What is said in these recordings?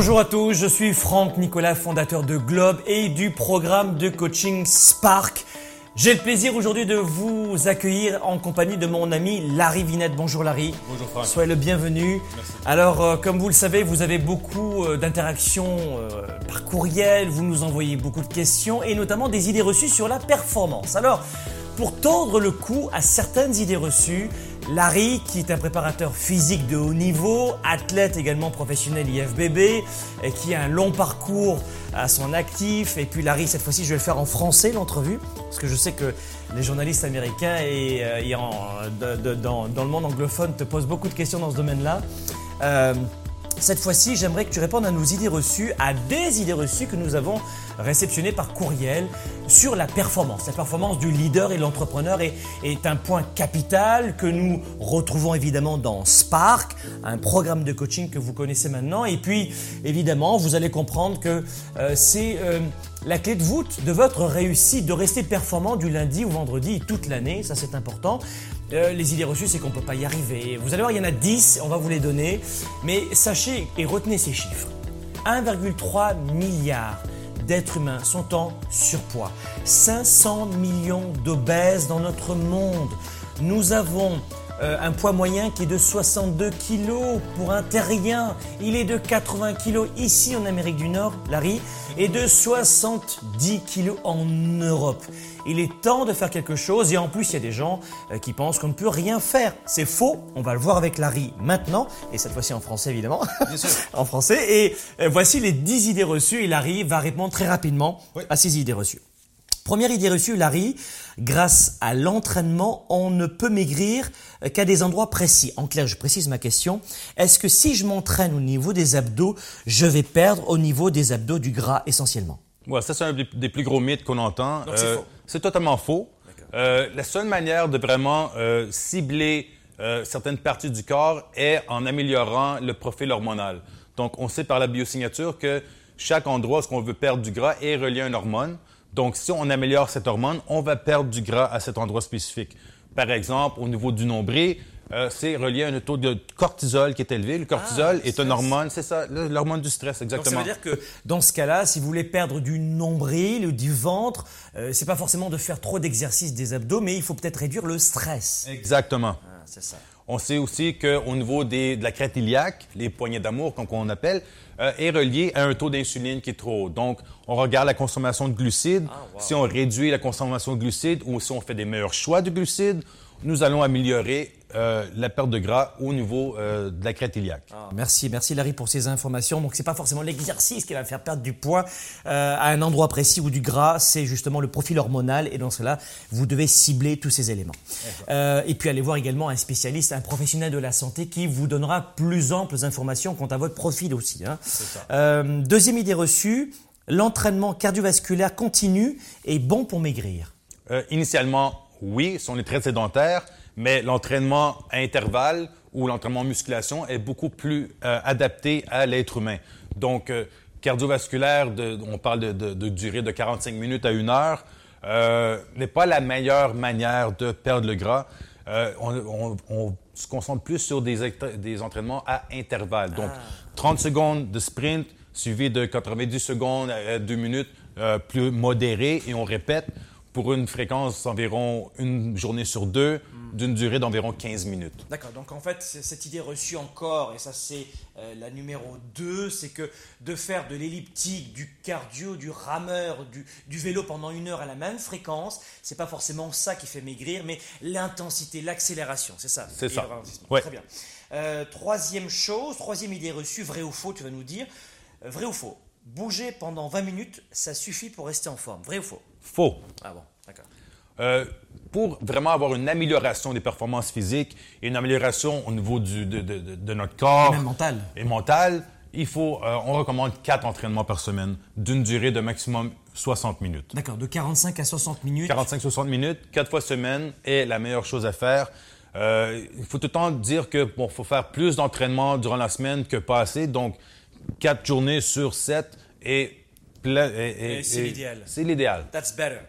Bonjour à tous, je suis Franck Nicolas, fondateur de Globe et du programme de coaching Spark. J'ai le plaisir aujourd'hui de vous accueillir en compagnie de mon ami Larry Vinette. Bonjour Larry. Bonjour Franck. Soyez le bienvenu. Merci. Alors, comme vous le savez, vous avez beaucoup d'interactions par courriel, vous nous envoyez beaucoup de questions et notamment des idées reçues sur la performance. Alors, pour tordre le cou à certaines idées reçues, Larry, qui est un préparateur physique de haut niveau, athlète également professionnel IFBB, et qui a un long parcours à son actif. Et puis Larry, cette fois-ci, je vais le faire en français, l'entrevue, parce que je sais que les journalistes américains dans le monde anglophone te posent beaucoup de questions dans ce domaine-là. Cette fois-ci, j'aimerais que tu répondes à nos idées reçues, à des idées reçues que nous avons réceptionnées par courriel sur la performance. La performance du leader et de l'entrepreneur est un point capital que nous retrouvons évidemment dans Spark, un programme de coaching que vous connaissez maintenant. Et puis, évidemment, vous allez comprendre que c'est la clé de voûte de votre réussite, de rester performant du lundi au vendredi toute l'année. Ça, c'est important. Les idées reçues, c'est qu'on ne peut pas y arriver. Vous allez voir, il y en a 10, on va vous les donner. Mais sachez et retenez ces chiffres. 1,3 milliard d'êtres humains sont en surpoids. 500 millions d'obèses dans notre monde. Nous avons un poids moyen qui est de 62 kilos pour un terrien. Il est de 80 kilos ici en Amérique du Nord, Larry, et de 70 kilos en Europe. Il est temps de faire quelque chose et en plus, il y a des gens qui pensent qu'on ne peut rien faire. C'est faux, on va le voir avec Larry maintenant, et cette fois-ci en français évidemment. Bien sûr. En français. Et voici les 10 idées reçues et Larry va répondre très rapidement à ces idées reçues. Première idée reçue, Larry, grâce à l'entraînement, on ne peut maigrir qu'à des endroits précis. En clair, je précise ma question. Est-ce que si je m'entraîne au niveau des abdos, je vais perdre au niveau des abdos du gras essentiellement? Ouais, ça, c'est un des plus gros mythes qu'on entend. Donc, c'est faux. C'est totalement faux. La seule manière de vraiment cibler certaines parties du corps est en améliorant le profil hormonal. Donc, on sait par la biosignature que chaque endroit où on veut perdre du gras est relié à une hormone. Donc, si on améliore cette hormone, on va perdre du gras à cet endroit spécifique. Par exemple, au niveau du nombril, c'est relié à un taux de cortisol qui est élevé. Le cortisol est une hormone, c'est ça, l'hormone du stress, exactement. Donc, ça veut dire que dans ce cas-là, si vous voulez perdre du nombril ou du ventre, c'est pas forcément de faire trop d'exercices des abdos, mais il faut peut-être réduire le stress. Exactement. Ah, c'est ça. On sait aussi qu'au niveau de la crête iliaque, les poignées d'amour, comme on appelle, est relié à un taux d'insuline qui est trop haut. Donc, on regarde la consommation de glucides. Si on réduit la consommation de glucides ou si on fait des meilleurs choix de glucides, nous allons améliorer la perte de gras au niveau de la crête iliaque. Merci Larry pour ces informations. Donc, c'est pas forcément l'exercice qui va faire perdre du poids à un endroit précis ou du gras, c'est justement le profil hormonal. Et dans cela, vous devez cibler tous ces éléments. Et puis, allez voir également un spécialiste, un professionnel de la santé qui vous donnera plus amples informations quant à votre profil aussi. Hein. C'est ça. Deuxième idée reçue, l'entraînement cardiovasculaire continu est bon pour maigrir. Initialement, oui, si on est très sédentaire, mais l'entraînement à intervalles ou l'entraînement en musculation est beaucoup plus adapté à l'être humain. Donc, cardiovasculaire, on parle de durée de 45 minutes à 1 heure, n'est pas la meilleure manière de perdre le gras. On se concentre plus sur des entraînements à intervalles. Donc, 30 secondes de sprint suivi de 90 secondes à 2 minutes plus modérées et on répète pour une fréquence d'environ une journée sur 2, d'une durée d'environ 15 minutes. D'accord, donc en fait, cette idée reçue encore, et ça c'est la numéro 2, c'est que de faire de l'elliptique, du cardio, du rameur, du vélo pendant 1 heure à la même fréquence, c'est pas forcément ça qui fait maigrir, mais l'intensité, l'accélération, c'est ça? C'est ça. Ouais. Très bien. Troisième idée reçue, vrai ou faux, tu vas nous dire. Vrai ou faux? Bouger pendant 20 minutes, ça suffit pour rester en forme. Vrai ou faux? Faux. Ah bon, d'accord. Pour vraiment avoir une amélioration des performances physiques et une amélioration au niveau de notre corps et mental, on recommande 4 entraînements par semaine d'une durée de maximum 60 minutes. D'accord, de 45 à 60 minutes. 45-60 minutes, 4 fois semaine est la meilleure chose à faire. Il faut tout le temps dire que faut faire plus d'entraînement durant la semaine que pas assez. Donc, 4 journées sur 7 c'est l'idéal. That's better.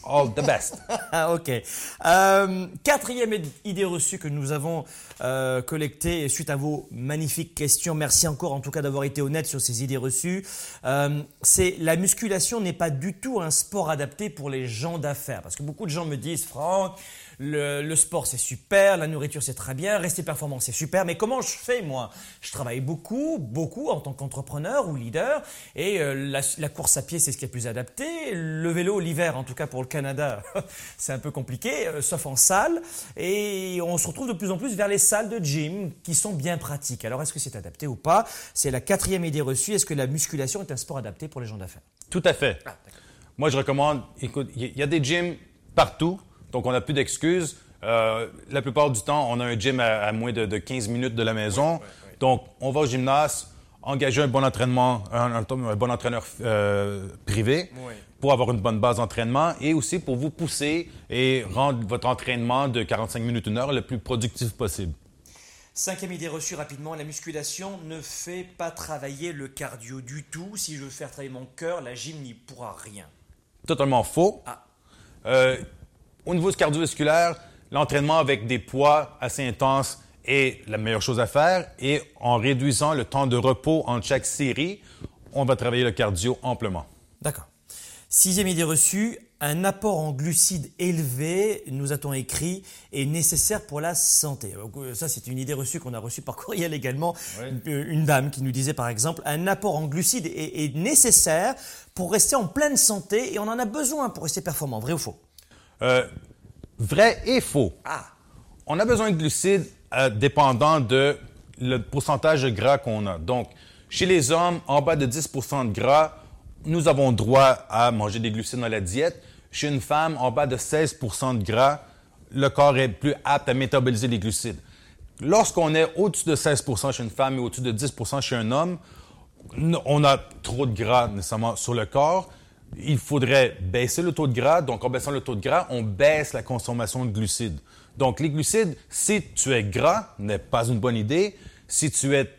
all the best. Ah, ok. Quatrième idée reçue que nous avons collectée suite à vos magnifiques questions. Merci encore en tout cas d'avoir été honnête sur ces idées reçues. C'est la musculation n'est pas du tout un sport adapté pour les gens d'affaires. Parce que beaucoup de gens me disent, Franck, le sport c'est super, la nourriture c'est très bien, rester performant c'est super, mais comment je fais moi? Je travaille beaucoup en tant qu'entrepreneur ou leader et la course à pied c'est ce qui est plus adapté, le vélo l'hiver en tout cas pour le Canada c'est un peu compliqué, sauf en salle et on se retrouve de plus en plus vers les salles de gym qui sont bien pratiques. Alors est-ce que c'est adapté ou pas? C'est la quatrième idée reçue, est-ce que la musculation est un sport adapté pour les gens d'affaires? Tout à fait. Moi je recommande, écoute, il y a des gyms partout. Donc, on n'a plus d'excuses. La plupart du temps, on a un gym à moins de 15 minutes de la maison. Oui. Donc, on va au gymnase, engager un bon entraînement, un bon entraîneur privé pour avoir une bonne base d'entraînement et aussi pour vous pousser et rendre votre entraînement de 45 minutes, 1 heure le plus productif possible. Cinquième idée reçue rapidement, la musculation ne fait pas travailler le cardio du tout. Si je veux faire travailler mon cœur, la gym n'y pourra rien. Totalement faux. Au niveau cardiovasculaire, l'entraînement avec des poids assez intenses est la meilleure chose à faire. Et en réduisant le temps de repos entre chaque série, on va travailler le cardio amplement. D'accord. Sixième idée reçue, un apport en glucides élevé, nous a-t-on écrit, est nécessaire pour la santé. Ça, c'est une idée reçue qu'on a reçue par courriel également. Oui. Une dame qui nous disait par exemple, un apport en glucides est nécessaire pour rester en pleine santé et on en a besoin pour rester performant. Vrai ou faux? Vrai et faux. On a besoin de glucides dépendant de le pourcentage de gras qu'on a. Donc, chez les hommes, en bas de 10 % de gras, nous avons droit à manger des glucides dans la diète. Chez une femme, en bas de 16 % de gras, le corps est plus apte à métaboliser les glucides. Lorsqu'on est au-dessus de 16 % chez une femme et au-dessus de 10 % chez un homme, on a trop de gras nécessairement sur le corps. Il faudrait baisser le taux de gras. Donc, en baissant le taux de gras, on baisse la consommation de glucides. Donc, les glucides, si tu es gras, n'est pas une bonne idée. Si tu es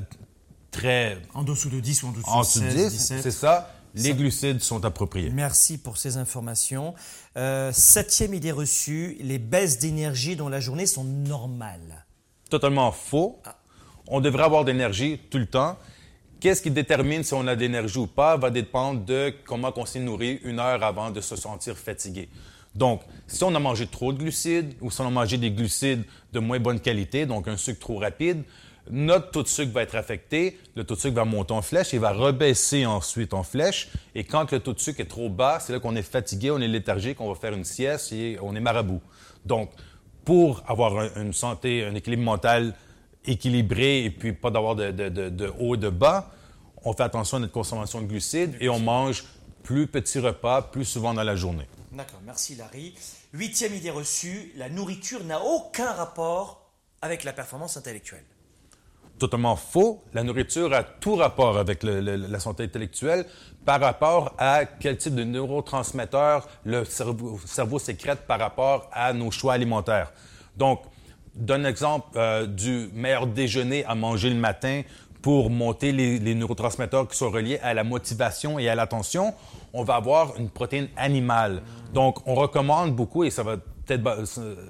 très... En dessous de 10 ou en dessous de 16, 17. C'est ça. Les glucides sont appropriés. Merci pour ces informations. Septième idée reçue, les baisses d'énergie dans la journée sont normales. Totalement faux. On devrait avoir d'énergie tout le temps. Qu'est-ce qui détermine si on a de l'énergie ou pas va dépendre de comment on s'est nourri 1 heure avant de se sentir fatigué. Donc, si on a mangé trop de glucides ou si on a mangé des glucides de moins bonne qualité, donc un sucre trop rapide, notre taux de sucre va être affecté, le taux de sucre va monter en flèche et va rebaisser ensuite en flèche. Et quand le taux de sucre est trop bas, c'est là qu'on est fatigué, on est léthargique, on va faire une sieste et on est marabout. Donc, pour avoir une santé, un équilibre mental équilibré et puis pas d'avoir de haut et de bas, on fait attention à notre consommation de glucides et on mange plus petits repas plus souvent dans la journée. D'accord, merci Larry. Huitième idée reçue, la nourriture n'a aucun rapport avec la performance intellectuelle. Totalement faux. La nourriture a tout rapport avec la santé intellectuelle par rapport à quel type de neurotransmetteurs le cerveau sécrète par rapport à nos choix alimentaires. Donc, donne l'exemple du meilleur déjeuner à manger le matin pour monter les neurotransmetteurs qui sont reliés à la motivation et à l'attention. On va avoir une protéine animale. Donc, on recommande beaucoup, et ça va peut-être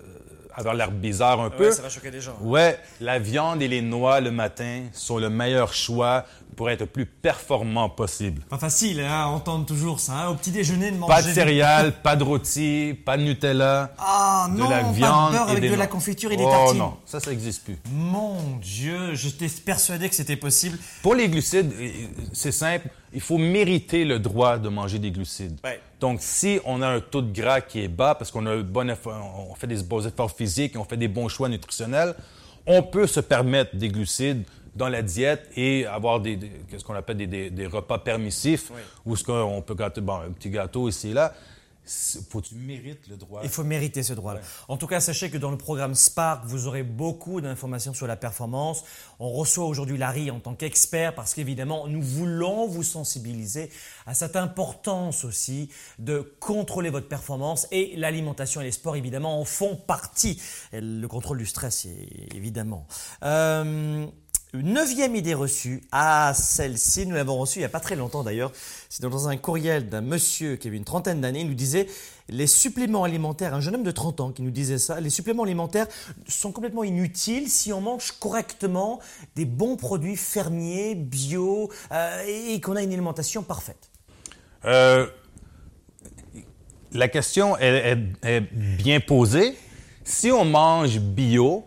avoir l'air bizarre un peu. Ça va choquer des gens. Ouais, la viande et les noix le matin sont le meilleur choix pour être le plus performant possible. Pas facile à entendre toujours ça. Hein? Au petit déjeuner, de manger... Pas de céréales, pas de rôti, pas de Nutella, de la viande pas de beurre avec de la confiture et des tartines. Oh non, ça n'existe plus. Mon Dieu, j'étais persuadé que c'était possible. Pour les glucides, c'est simple. Il faut mériter le droit de manger des glucides. Ouais. Donc, si on a un taux de gras qui est bas parce qu'on a on fait des bons efforts physiques, on fait des bons choix nutritionnels, on peut se permettre des glucides dans la diète et avoir ce qu'on appelle des repas permissifs, où on peut gâter un petit gâteau ici et là. Faut que tu mérites le droit. Il faut mériter ce droit-là. Ouais. En tout cas, sachez que dans le programme Spark, vous aurez beaucoup d'informations sur la performance. On reçoit aujourd'hui Larry en tant qu'expert parce qu'évidemment, nous voulons vous sensibiliser à cette importance aussi de contrôler votre performance et l'alimentation et les sports, évidemment, en font partie. Et le contrôle du stress, évidemment. Une 9e idée reçue. Ah, celle-ci, nous l'avons reçue il n'y a pas très longtemps d'ailleurs. C'est dans un courriel d'un monsieur qui avait une trentaine d'années. Il nous disait les suppléments alimentaires, un jeune homme de 30 ans qui nous disait ça, les suppléments alimentaires sont complètement inutiles si on mange correctement des bons produits fermiers, bio et qu'on a une alimentation parfaite. La question est bien posée. Si on mange bio,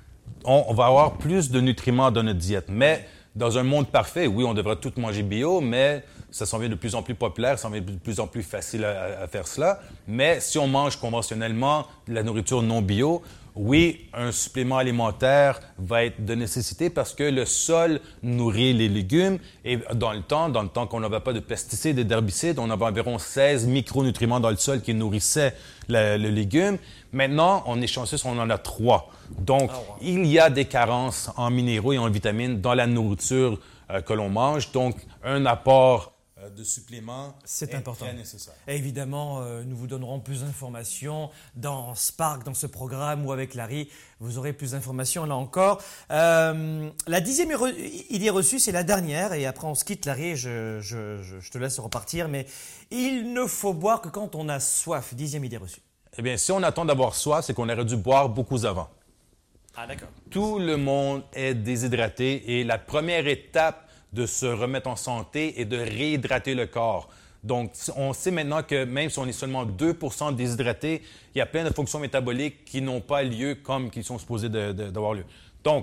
on va avoir plus de nutriments dans notre diète. Mais dans un monde parfait, oui, on devrait tout manger bio, mais ça s'en vient de plus en plus populaire, ça s'en vient de plus en plus facile à faire cela. Mais si on mange conventionnellement de la nourriture non bio, oui, un supplément alimentaire va être de nécessité parce que le sol nourrit les légumes et dans le temps qu'on n'avait pas de pesticides et d'herbicides, on avait environ 16 micronutriments dans le sol qui nourrissaient le légume. Maintenant, on est chanceux si on en a 3. Donc, il y a des carences en minéraux et en vitamines dans la nourriture que l'on mange. Donc, un apport de suppléments c'est important. Très nécessaire. Et évidemment, nous vous donnerons plus d'informations dans Spark, dans ce programme ou avec Larry. Vous aurez plus d'informations là encore. La 10e idée reçue, c'est la dernière. Et après, on se quitte, Larry. Je te laisse repartir. Mais il ne faut boire que quand on a soif. 10e idée reçue. Eh bien, si on attend d'avoir soif, c'est qu'on aurait dû boire beaucoup avant. Ah, d'accord. Tout le monde est déshydraté et la première étape de se remettre en santé et de réhydrater le corps. Donc, on sait maintenant que même si on est seulement 2 % déshydraté, il y a plein de fonctions métaboliques qui n'ont pas lieu comme qui sont supposées d'avoir lieu. Donc,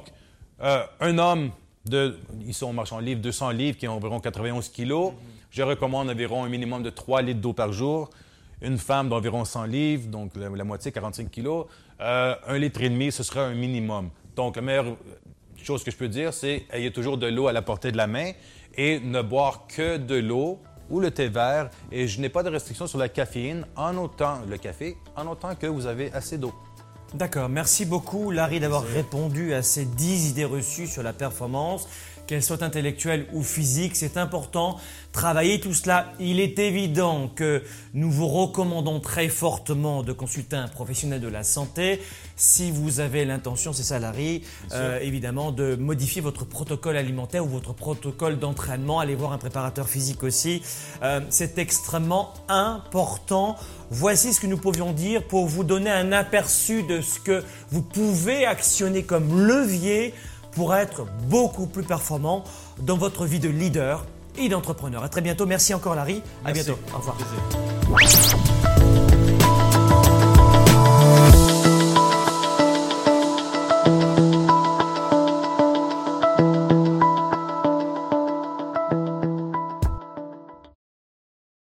un homme ici on marche en livres, 200 livres, qui a environ 91 kilos, je recommande environ un minimum de 3 litres d'eau par jour. Une femme d'environ 100 livres, donc la moitié, 45 kilos, 1,5 litre, ce serait un minimum. Donc, la meilleure chose que je peux dire, c'est ayez toujours de l'eau à la portée de la main et ne boire que de l'eau ou le thé vert. Et je n'ai pas de restriction sur la caféine, en autant que vous avez assez d'eau. D'accord. Merci beaucoup, Larry, d'avoir répondu à ces 10 idées reçues sur la performance. Qu'elles soient intellectuelles ou physiques, c'est important. Travailler tout cela, il est évident que nous vous recommandons très fortement de consulter un professionnel de la santé. Si vous avez l'intention, c'est ça Larry, évidemment, de modifier votre protocole alimentaire ou votre protocole d'entraînement. Allez voir un préparateur physique aussi. C'est extrêmement important. Voici ce que nous pouvions dire pour vous donner un aperçu de ce que vous pouvez actionner comme levier pour être beaucoup plus performant dans votre vie de leader et d'entrepreneur. À très bientôt. Merci encore Larry. À bientôt. Au revoir.